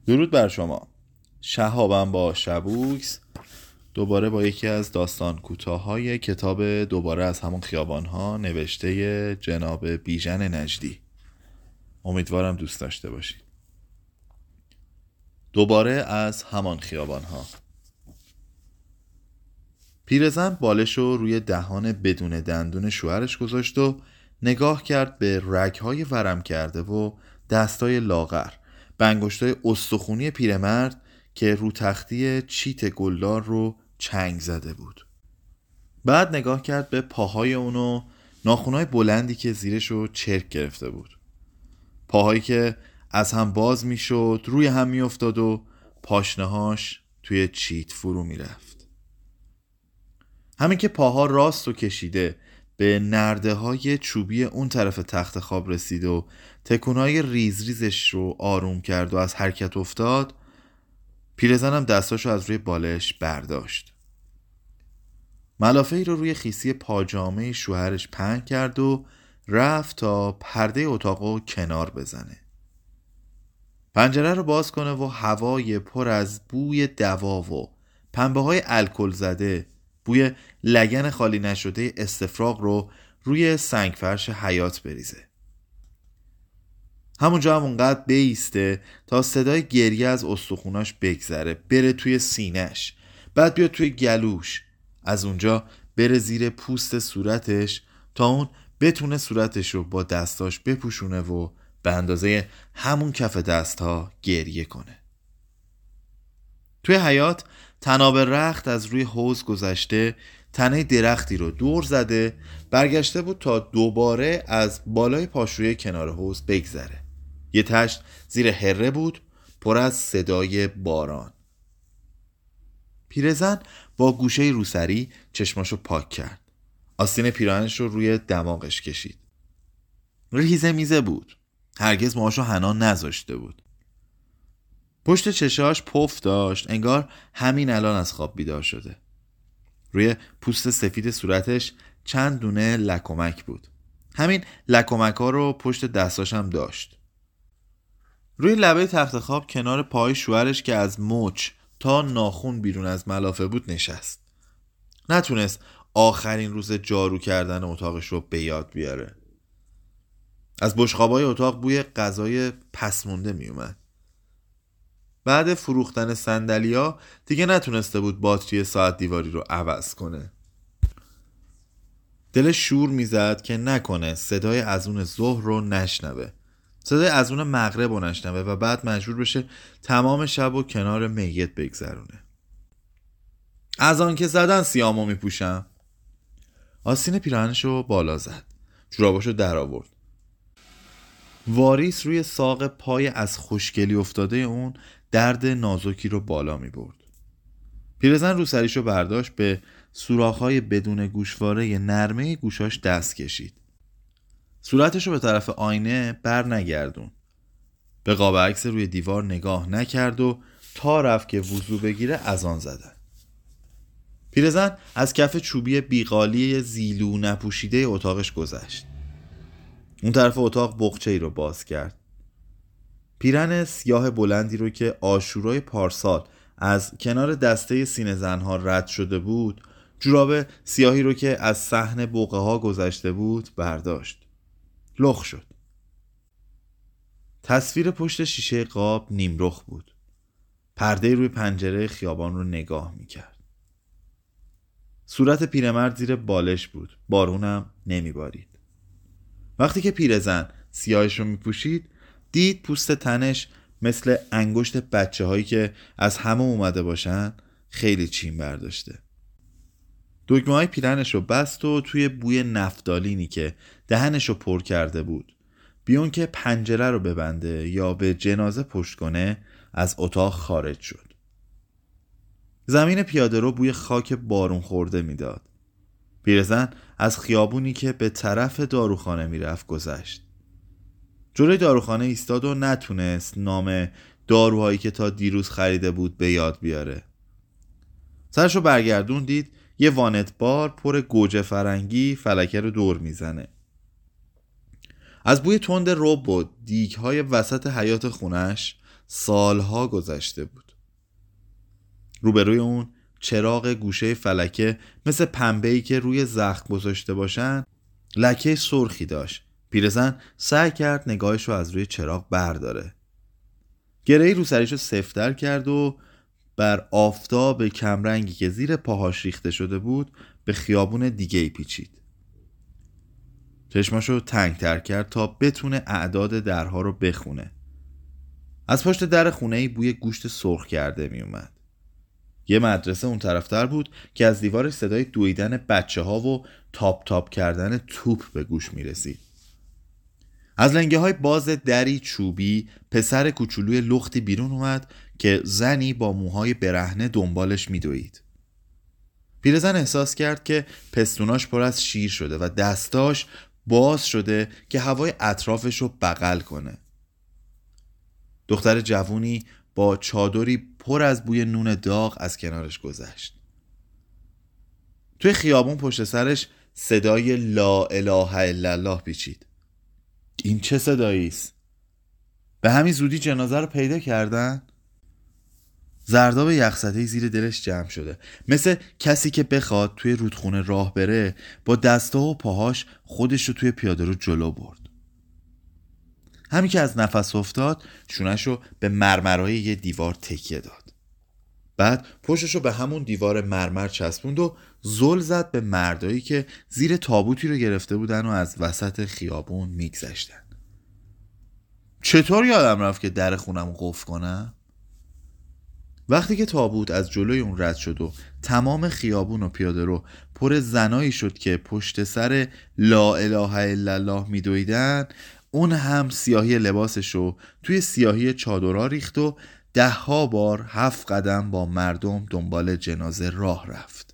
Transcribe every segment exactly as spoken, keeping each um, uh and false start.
درود بر شما. شهابم با شبوکس دوباره با یکی از داستان کوتاه‌های کتاب دوباره از همون خیابان‌ها نوشته جناب بیژن نجدی. امیدوارم دوست داشته باشید. دوباره از همان خیابان‌ها. پیرزن بالش رو روی دهان بدون دندون شوهرش گذاشت و نگاه کرد به رگ‌های ورم کرده و دستای لاغر، به انگشتای استخونی پیرمرد که رو تختی چیت گلدار رو چنگ زده بود. بعد نگاه کرد به پاهای اونو، ناخنای بلندی که زیرش رو چرک گرفته بود، پاهایی که از هم باز می شد، روی هم می افتاد و پاشنهاش توی چیت فرو می رفت. همین که پاها راست و کشیده به نرده های چوبی اون طرف تخت خواب رسید و تکونهای ریز ریزش رو آروم کرد و از حرکت افتاد، پیرزنم دستاشو از روی بالش برداشت. ملافه ای رو روی خیسی پاجامه شوهرش پهن کرد و رفت تا پرده اتاقو کنار بزنه، پنجره رو باز کنه و هوای پر از بوی دوا و پنبه های الکل زده، بوی لگن خالی نشده استفراغ رو روی سنگ فرش حیاط بریزه. همونجا همونقدر بیسته تا صدای گریه از استخوناش بگذره، بره توی سینه‌اش، بعد بیاد توی گلوش، از اونجا بره زیر پوست صورتش تا اون بتونه صورتش رو با دستاش بپوشونه و به اندازه همون کف دستها گریه کنه. توی حیاط تناب رخت از روی حوض گذشته، تنه درختی رو دور زده، برگشته بود تا دوباره از بالای پاشوی کنار حوض بگذره. یه تشت زیر هره بود پر از صدای باران. پیرزن با گوشه روسری چشماشو پاک کرد، آستین پیراهنش رو روی دماغش کشید. ریزه میزه بود، هرگز موهاشو حنا نذاشته بود. پشت چشاش پف داشت، انگار همین الان از خواب بیدار شده. روی پوست سفید صورتش چند دونه لکمک بود، همین لکمک ها رو پشت دستاش هم داشت. روی لبه تخت خواب کنار پای شوهرش که از مچ تا ناخون بیرون از ملافه بود نشست. نتونست آخرین روز جارو کردن اتاقش رو به یاد بیاره. از بشقابای اتاق بوی غذای پسمونده می اومد. بعد فروختن صندلیا دیگه نتونسته بود باتری ساعت دیواری رو عوض کنه. دلش شور میزد که نکنه صدای اذان ظهر رو نشنوه، صدای اذان مغرب رو نشنوه و بعد مجبور بشه تمام شب و کنار میت بگذرونه. اذان که زدن سیامو میپوشم. آستین پیراهنش رو بالا زد، جوراباشو در آورد. واریس روی ساق پای از خوشگلی افتاده اون درد نازکی رو بالا می برد. پیرزن رو سریشو برداشت، به سوراخ‌های بدون گوشواره نرمه گوشاش دست کشید. صورتشو به طرف آینه بر نگردون. به قاب عکس روی دیوار نگاه نکرد و تا رفت که وضو بگیره اذان زدن. پیرزن از کف چوبی بیقالی زیلو نپوشیده اتاقش گذشت. اون طرف اتاق بقچه‌ای رو باز کرد. پیرن سیاه بلندی رو که آشورای پارسال از کنار دسته سینه زنها رد شده بود، جوراب سیاهی رو که از صحن بقعه ها گذشته بود برداشت. لخ شد. تصویر پشت شیشه قاب نیمرخ بود. پرده روی پنجره خیابان رو نگاه میکرد. صورت پیرمرد زیر بالش بود، بارونم نمیبارید. وقتی که پیرزن سیاهش رو میپوشید، دید پوست تنش مثل انگشت بچه هایی که از همه اومده باشن خیلی چین برداشته. دکمه های پیرنش رو بست و توی بوی نفتالینی که دهنش رو پر کرده بود، بیون که پنجره رو ببنده یا به جنازه پشت کنه، از اتاق خارج شد. زمین پیاده رو بوی خاک بارون خورده میداد. پیرزن از خیابونی که به طرف داروخانه میرفت گذشت. جلوی داروخانه ایستاد و نتونست نام داروهایی که تا دیروز خریده بود به یاد بیاره. سرشو برگردون، دید یه وانت بار پر گوجه فرنگی فلکه رو دور میزنه. از بوی تند رب و دیگ‌های وسط حیاط خونش سالها گذشته بود. روبروی اون چراغ گوشه فلکه مثل پنبه‌ای که روی زخم گذاشته باشن لکه سرخی داشت. پیرزن سعی کرد نگاهش رو از روی چراغ برداره. گره‌ای رو سریشو سفتر کرد و بر آفتاب کمرنگی که زیر پاهاش ریخته شده بود به خیابون دیگه‌ای پیچید. چشماشو تنگ‌تر کرد تا بتونه اعداد درها رو بخونه. از پشت در خونه‌ای بوی گوشت سرخ کرده می اومد. یه مدرسه اون طرفتر بود که از دیوارش صدای دویدن بچه ها و تاپ تاپ کردن توپ به گوش می رسید. از لنگه های باز دری چوبی پسر کوچولوی لختی بیرون اومد که زنی با موهای برهنه دنبالش می دوید. پیرزن احساس کرد که پستوناش پر از شیر شده و دستاش باز شده که هوای اطرافش رو بغل کنه. دختر جوونی با چادری پر از بوی نون داغ از کنارش گذشت. توی خیابون پشت سرش صدای لا اله الا الله پیچید. این چه صدایی است؟ به همین زودی جنازه رو پیدا کردن؟ زرداب یخزده‌ای زیر دلش جمع شده، مثل کسی که بخواد توی رودخونه راه بره با دستا و پاهاش خودش رو توی پیاده‌رو جلو برد. همین که از نفس افتاد شونه‌شو به مرمرای یه دیوار تکیه داد. بعد پشتشو به همون دیوار مرمر چسبوند و زل زد به مردایی که زیر تابوتی رو گرفته بودن و از وسط خیابون میگذشتن. چطور یادم رفت که در خونم قفل کنم؟ وقتی که تابوت از جلوی اون رد شد و تمام خیابون و پیاده رو پر زنایی شد که پشت سر لا اله الا الله میدویدن، اون هم سیاهی لباسشو توی سیاهی چادرها ریخت و ده ها بار هفت قدم با مردم دنبال جنازه راه رفت.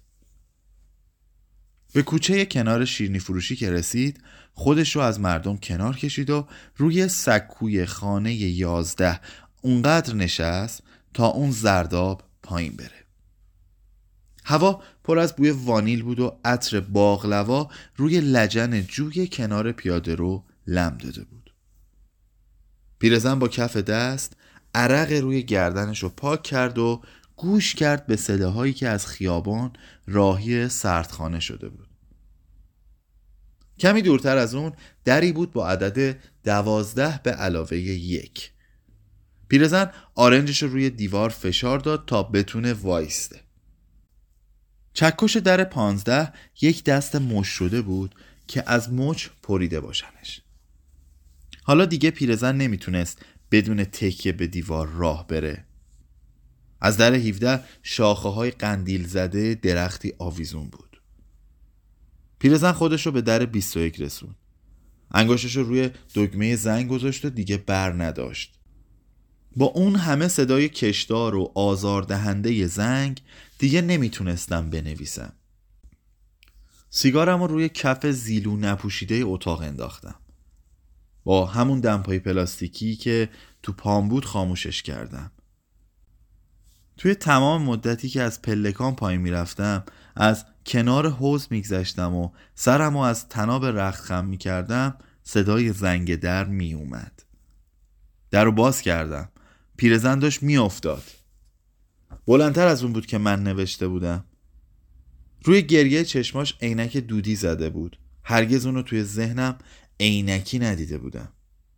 به کوچه کنار شیرینی فروشی که رسید خودش رو از مردم کنار کشید و روی سکوی خانه یازده اونقدر نشست تا اون زرداب پایین بره. هوا پر از بوی وانیل بود و عطر باقلوا روی لجن جوی کنار پیاده رو لم داده بود. پیرزن با کف دست عرق روی گردنش رو پاک کرد و گوش کرد به صداهایی که از خیابان راهی سردخانه شده بود. کمی دورتر از اون دری بود با عدد دوازده به علاوه یک. پیرزن آرنجش رو روی دیوار فشار داد تا بتونه وایسته. چکش در پانزده یک دست مچ شده بود که از مچ پریده باشنش. حالا دیگه پیرزن نمیتونست بدون تکیه به دیوار راه بره. از در هفده شاخه های قندیل زده درختی آویزون بود. پیرزن خودش رو به در بیست و یک رسون. انگشتش رو روی دکمه زنگ گذاشت و دیگه بر نداشت. با اون همه صدای کشدار و آزاردهنده زنگ دیگه نمیتونستم بنویسم. سیگارم رو روی کف زیلو نپوشیده اتاق انداختم. با همون دمپایی پلاستیکی که تو پام بود خاموشش کردم. توی تمام مدتی که از پلکان پایین میرفتم از کنار حوض میگذشتم و سرمو از طناب رخت خم میکردم صدای زنگ در میومد. در رو باز کردم. پیرزن داشت میافتاد. بلندتر از اون بود که من نوشته بودم. روی گریه چشماش عینک دودی زده بود. هرگز اونو توی ذهنم عینکی ندیده بودم.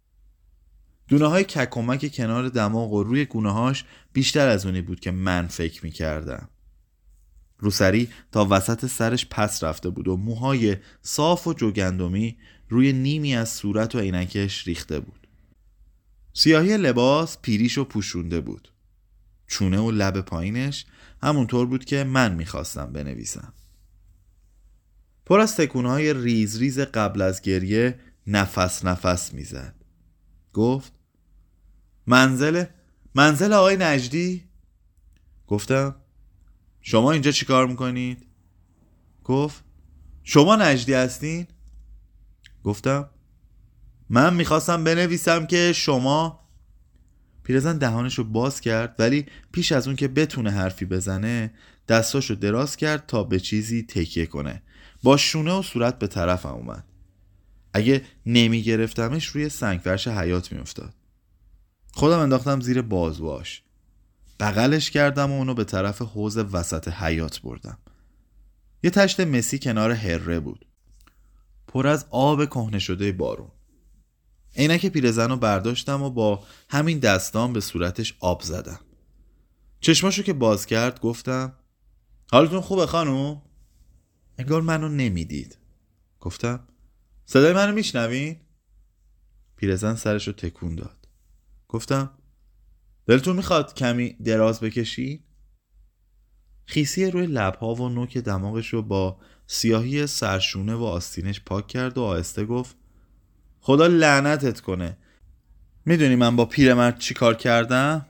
دونه های ککمک کنار دماغ و روی گونه هاش بیشتر از اونی بود که من فکر می کردم. روسری تا وسط سرش پس رفته بود و موهای صاف و جوگندمی روی نیمی از صورت و عینکش ریخته بود. سیاهی لباس پیریشو پوشونده بود. چونه و لب پایینش همونطور بود که من میخواستم بنویسم. پر از تکونهای ریز ریز قبل از گریه نفس نفس میزد. گفت منزل منزل آقای نجدی؟ گفتم شما اینجا چی کار میکنید؟ گفت شما نجدی هستین؟ گفتم من میخواستم بنویسم که شما. پیرزن دهانشو باز کرد ولی پیش از اون که بتونه حرفی بزنه دستاشو دراز کرد تا به چیزی تکیه کنه. با شونه و صورت به طرفم اومد. اگه نمی گرفتمش روی سنگ فرش حیاط می افتاد. خودم انداختم زیر بازواش، بغلش کردم و اونو به طرف حوض وسط حیاط بردم. یه تشت مسی کنار هره بود، پر از آب کهنه شده بارون. عینک پیرزن رو برداشتم و با همین دستام به صورتش آب زدم. چشماشو که باز کرد گفتم حالتون خوبه خانوم؟ انگار منو نمیدید. گفتم صدای منو میشنوین؟ پیرزن سرشو تکون داد. گفتم دلتون میخواد کمی دراز بکشی؟ خیسی روی لبها و نوک دماغشو با سیاهی سرشونه و آستینش پاک کرد و آهسته گفت خدا لعنتت کنه. میدونی من با پیرمرد چی کار کردم؟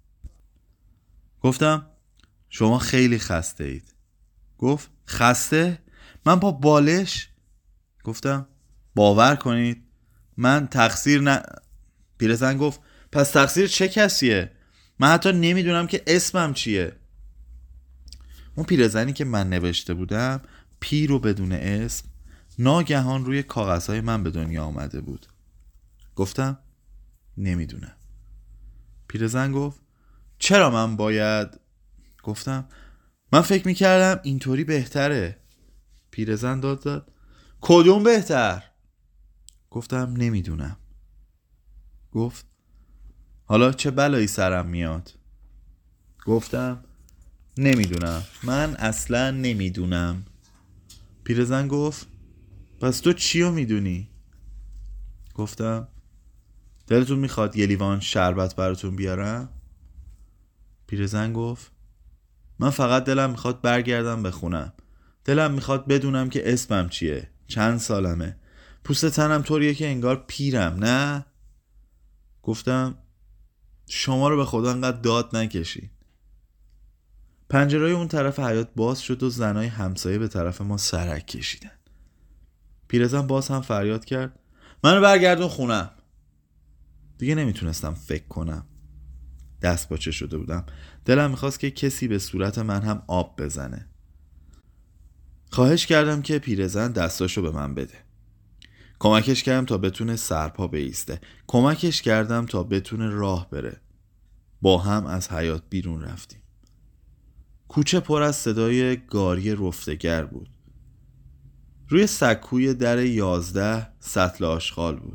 گفتم شما خیلی خسته اید. گفت خسته؟ من با بالش؟ گفتم باور کنید من تقصیر نه. پیرزن گفت پس تقصیر چه کسیه؟ من حتی نمیدونم که اسمم چیه. اون پیرزنی که من نوشته بودم پیر و بدون اسم ناگهان روی کاغذهای من به دنیا آمده بود. گفتم نمیدونم. پیرزن گفت چرا من باید؟ گفتم من فکر میکردم اینطوری بهتره. پیرزن داد داد کدوم بهتر؟ گفتم نمیدونم. گفت حالا چه بلایی سرم میاد؟ گفتم نمیدونم، من اصلا نمیدونم. پیرزن گفت پس تو چیو میدونی؟ گفتم دلتون میخواد یه لیوان شربت براتون بیارم؟ پیرزن گفت من فقط دلم میخواد برگردم بخونم. دلم میخواد بدونم که اسمم چیه، چند سالمه، پوست تنم طوریه که انگار پیرم، نه؟ گفتم شما رو به خدا انقدر داد نکشین. پنجره‌های اون طرف حیاط باز شد و زنای همسایه به طرف ما سرک کشیدن. پیرزن باز هم فریاد کرد منو برگردون خونم. دیگه نمیتونستم فکر کنم. دست باچه شده بودم. دلم میخواست که کسی به صورت من هم آب بزنه. خواهش کردم که پیرزن دستاشو به من بده. کمکش کردم تا بتونه سرپا بایسته. کمکش کردم تا بتونه راه بره. با هم از حیاط بیرون رفتیم. کوچه پر از صدای گاری رفتگر بود. روی سکوی در یازده سطل آشغال بود.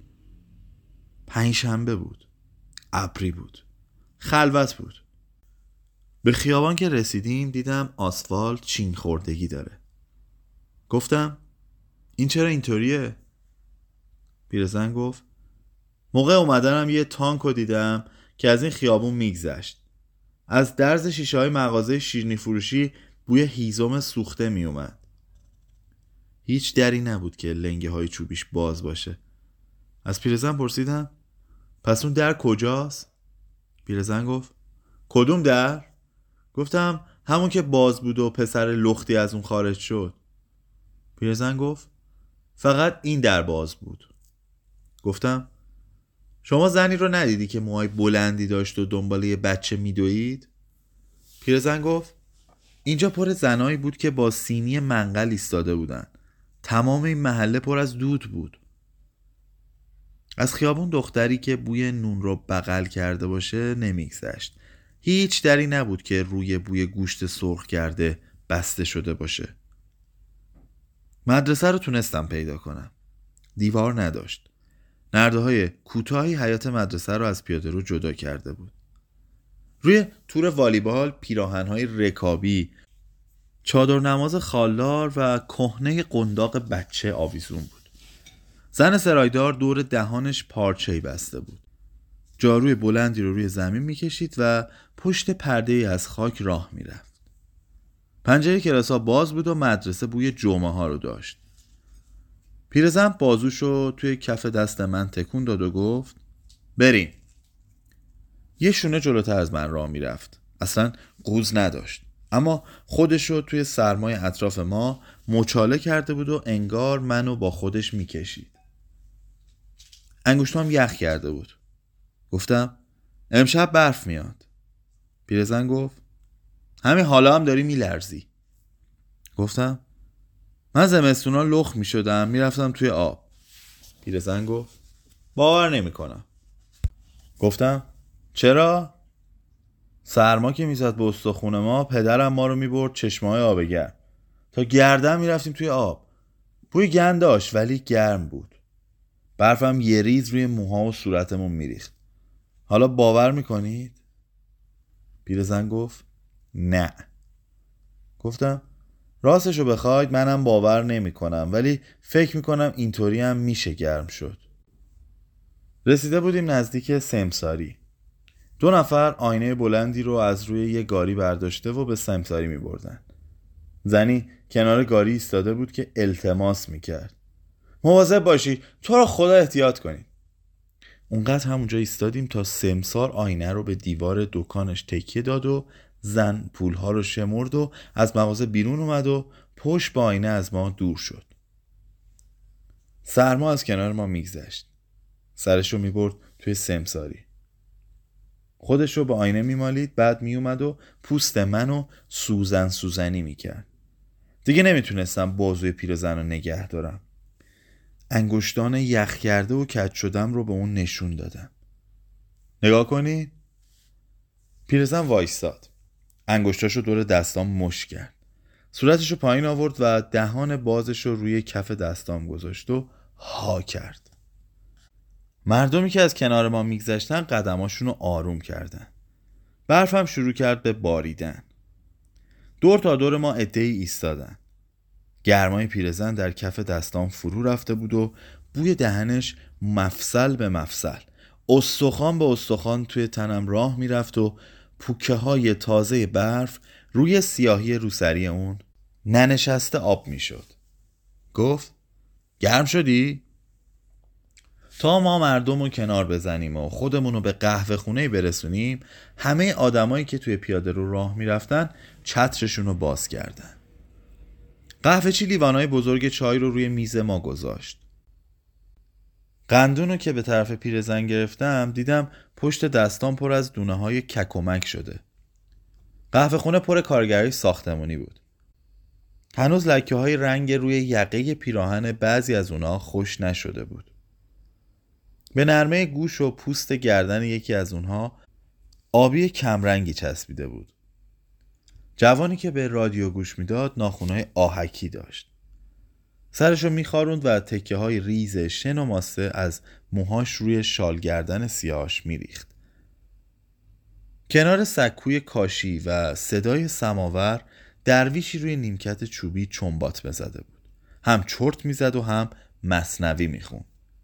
پنجشنبه بود. ابری بود. خلوت بود. به خیابان که رسیدیم دیدم آسفالت چین خوردگی داره. گفتم این چرا اینطوریه؟ پیرزن گفت موقع اومدنم یه تانکو دیدم که از این خیابون میگذشت. از درز شیشه های مغازه شیرینی فروشی بوی هیزم سوخته می اومد. هیچ دری نبود که لنگه های چوبیش باز باشه. از پیرزن پرسیدم پس اون در کجاست؟ پیرزن گفت کدوم در؟ گفتم همون که باز بود و پسر لختی از اون خارج شد. پیرزن گفت فقط این در باز بود. گفتم شما زنی رو ندیدی که موهای بلندی داشت و دنبال یه بچه میدوید؟ پیرزن گفت اینجا پر زنایی بود که با سینی منقل ایستاده بودن. تمام این محله پر از دود بود. از خیابون دختری که بوی نون رو بغل کرده باشه نمیگذشت. هیچ دری نبود که روی بوی گوشت سرخ کرده بسته شده باشه. مدرسه رو تونستم پیدا کنم. دیوار نداشت. نرده‌های کوتاهی حیاط مدرسه رو از پیاده رو جدا کرده بود. روی تور والیبال پیراهن‌های رکابی، چادر نماز خالدار و کهنه قنداق بچه آویزون بود. زن سرایدار دور دهانش پارچه‌ای بسته بود. جاروی بلندی رو روی زمین می‌کشید و پشت پرده‌ای از خاک راه می‌رفت. پنجره کلاس‌ها باز بود و مدرسه بوی جمعه ها رو داشت. پیرزن بازوشو توی کف دست من تکون داد و گفت بریم. یه شونه جلوتر از من راه میرفت. اصلا قوز نداشت، اما خودشو توی سرمای اطراف ما مچاله کرده بود و انگار منو با خودش میکشید. انگشتام یخ کرده بود. گفتم امشب برف میاد. پیرزن گفت همین حالا هم داری میلرزی. گفتم من زمستونا لخ میشدم میرفتم توی آب. پیرزن گفت باور نمی کنم. گفتم چرا؟ سرما که میزد به استخون ما، پدرم ما رو میبرد چشمه‌های آب گرم تا گردن میرفتیم توی آب. بوی گند داشت ولی گرم بود. برفم یه ریز روی موها و صورتمون میریخت. حالا باور میکنید؟ پیرزن گفت نه. گفتم راستشو بخواید منم باور نمیکنم، ولی فکر میکنم اینطوری هم میشه گرم شد. رسیده بودیم نزدیک سمساری. دو نفر آینه بلندی رو از روی یه گاری برداشته و به سمساری می بردن. زنی کنار گاری ایستاده بود که التماس میکرد. مواظب باشی، تو رو خدا احتیاط کنی. اونقدر همونجا ایستادیم تا سمسار آینه رو به دیوار دکانش تکیه داد و زن پولها رو شمرد و از مغازه بیرون اومد و پشت با آینه از ما دور شد. سرما از کنار ما میگذشت. سرش رو میبرد توی سمساری. خودش رو به آینه میمالید، بعد میومد و پوست منو سوزن سوزنی میکرد. دیگه نمیتونستم بازوی پیرزن رو نگه دارم. انگشتان یخ کرده و کج شدم رو به اون نشون دادم. نگاه کنید. پیرزن وایستاد. انگشتاشو دور دستام مش کرد. صورتشو پایین آورد و دهان بازشو روی کف دستام گذاشت و ها کرد. مردمی که از کنار ما میگذشتن قدماشونو آروم کردن. برفم شروع کرد به باریدن. دور تا دور ما عده‌ای ایستادن. گرمای پیرزن در کف دستام فرو رفته بود و بوی دهنش مفصل به مفصل، استخوان به استخوان توی تنم راه میرفت و پوکه های تازه برف روی سیاهی روسری اون ننشسته آب میشد. گفت گرم شدی؟ تا ما مردم رو کنار بزنیم و خودمونو به قهوه خونه برسونیم، همه آدمایی که توی پیاده رو راه میرفتن چترشون رو باز کردن. قهوه چی لیوانای بزرگ چای رو روی میز ما گذاشت. قندونو که به طرف پیرزن گرفتم دیدم پشت دستام پر از دونه های ککمک شده. قهوه خونه پر کارگرای ساختمانی بود. هنوز لکه های رنگ روی یقه پیراهن بعضی از اونها خوش نشده بود. به نرمه گوش و پوست گردن یکی از اونها آبی کمرنگی چسبیده بود. جوانی که به رادیو گوش میداد ناخن‌های آهکی داشت. سرشو میخاروند و تکه های ریز شن و ماسه از موهاش روی شال گردن سیاهش میریخت. کنار سکوی کاشی و صدای سماور درویشی روی نیمکت چوبی چنبات بزده بود. هم چرت میزد و هم مثنوی میخوند.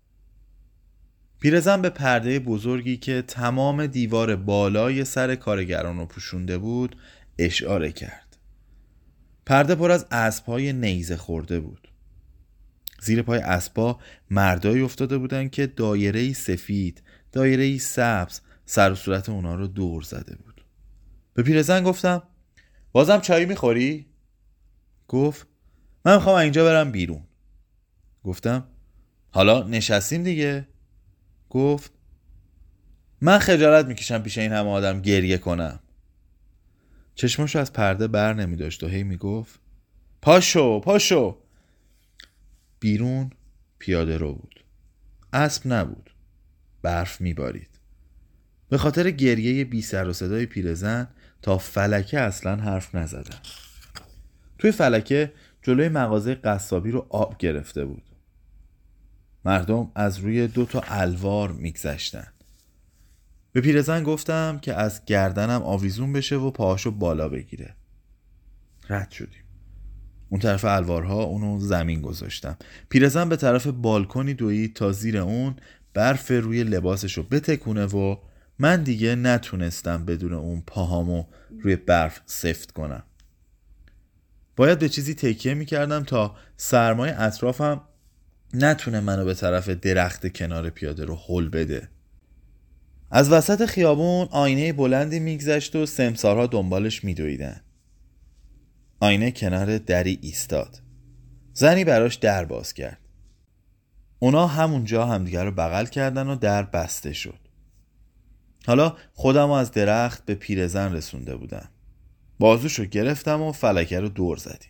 پیرزن به پرده بزرگی که تمام دیوار بالای سر کارگران رو پوشونده بود اشاره کرد. پرده پر از اسب‌های نیزه خورده بود. زیر پای اسبا مردایی افتاده بودن که دایره‌ای سفید، دایره‌ای سبز سر و صورت اونا رو دور زده بود. به پیرزن گفتم بازم چای میخوری؟ گفت من میخوام اینجا برم بیرون. گفتم حالا نشستیم دیگه. گفت من خجالت میکشم پیش این همه آدم گریه کنم. چشماشو از پرده بر نمی داشت و هی میگفت پاشو پاشو. بیرون پیاده رو بود. اسب نبود. برف میبارید. به خاطر گریه بی سر و صدای پیرزن تا فلکه اصلا حرف نزدم. توی فلکه جلوی مغازه قصابی رو آب گرفته بود. مردم از روی دو تا الوار میگذشتن. به پیرزن گفتم که از گردنم آویزون بشه و پاهاشو بالا بگیره. رد شدیم. اون طرف الوارها اونو زمین گذاشتم. پیرزن به طرف بالکنی دوید تا زیر اون برف روی لباسشو بتکونه و من دیگه نتونستم بدون اون پاهامو روی برف سفت کنم. باید به چیزی تکیه میکردم تا سرمای اطرافم نتونه منو به طرف درخت کنار پیاده رو هل بده. از وسط خیابون آینه بلندی میگذشت و سمسارها دنبالش میدویدن. آینه کنار دری ایستاد. زنی براش در باز کرد. اونا همونجا همدیگر رو بغل کردن و در بسته شد. حالا خودم از درخت به پیرزن رسونده بودم. بازوشو گرفتم و فلکه رو دور زدیم.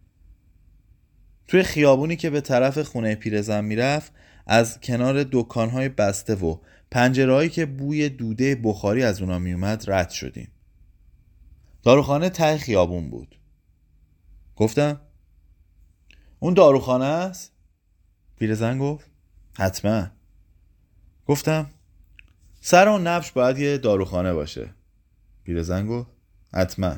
توی خیابونی که به طرف خونه پیرزن میرفت از کنار دکانهای بسته و پنجره‌هایی که بوی دوده بخاری از اونا می اومد رد شدیم. داروخانه ته خیابون بود. گفتم اون داروخانه است؟ پیرزن گفت حتما. گفتم سر اون نبش باید یه داروخانه باشه. پیرزن گفت حتما.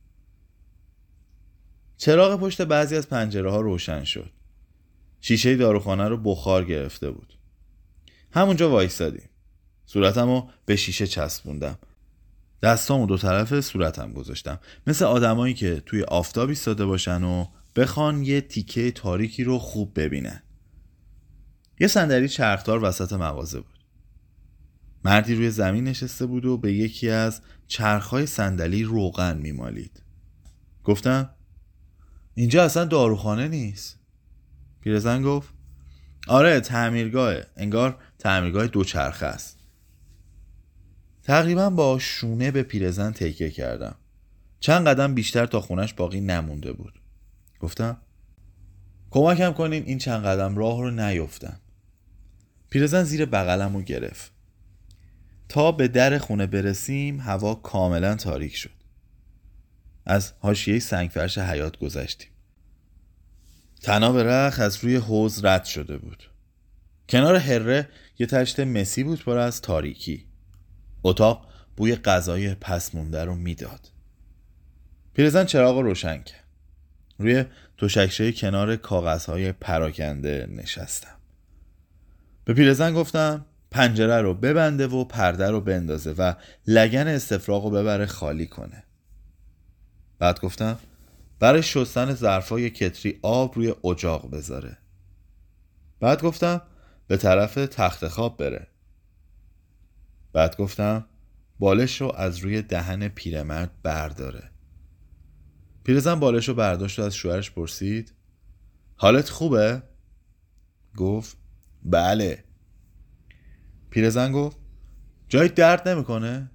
چراغ پشت بعضی از پنجره ها روشن شد. شیشه داروخانه رو بخار گرفته بود. همونجا وایسادیم. صورتمو به شیشه چسبوندم. دستامو دو طرف صورتم گذاشتم، مثل آدمایی که توی آفتاب ایستاده باشن و بخوان یه تیکه تاریکی رو خوب ببینن. یه صندلی چرخدار وسط مغازه بود. مردی روی زمین نشسته بود و به یکی از چرخهای صندلی روغن میمالید. گفتم اینجا اصلا داروخانه نیست. پیرزن گفت آره تعمیرگاهه، انگار تعمیرگاه دوچرخه است. تقریبا با شونه به پیرزن تکیه کردم. چند قدم بیشتر تا خونش باقی نمونده بود. گفتم کمکم کنین این چند قدم راه رو نیفتم. پیرزن زیر بغلم رو گرفت. تا به در خونه برسیم هوا کاملا تاریک شد. از حاشیه سنگفرش حیاط گذشتیم. طناب رخ از روی حوض رد شده بود. کنار هره یه تشت مسی بود پر از تاریکی. اتاق بوی غذای پس مونده رو میداد. پیرزن چراغ رو روشن کرد. روی تشکچه کنار کاغذهای پراکنده نشستم. به پیرزن گفتم پنجره رو ببنده و پرده رو بندازه و لگن استفراغ رو ببره خالی کنه. بعد گفتم برای شستن ظرفای کتری آب روی اجاق بذاره. بعد گفتم به طرف تخت خواب بره. بعد گفتم بالش رو از روی دهن پیرمرد برداره. پیرزن بالش رو برداشت و از شوهرش پرسید حالت خوبه؟ گفت بله. پیرزن گفت جای درد نمیکنه؟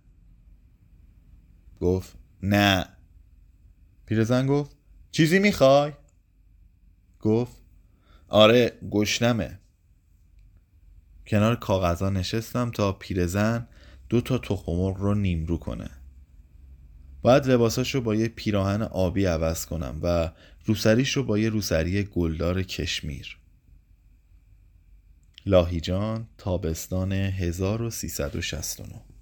گفت نه. پیرزن گفت چیزی میخوای؟ گفت آره گشنمه. کنار کاغذها نشستم تا پیرزن دو تا تخم مرغ رو نیمرو کنه. باید لباساش رو با یه پیراهن آبی عوض کنم و روسریش رو با یه روسری گلدار کشمیر. لاهیجان، تابستان هزار و سیصد و شصت و نه.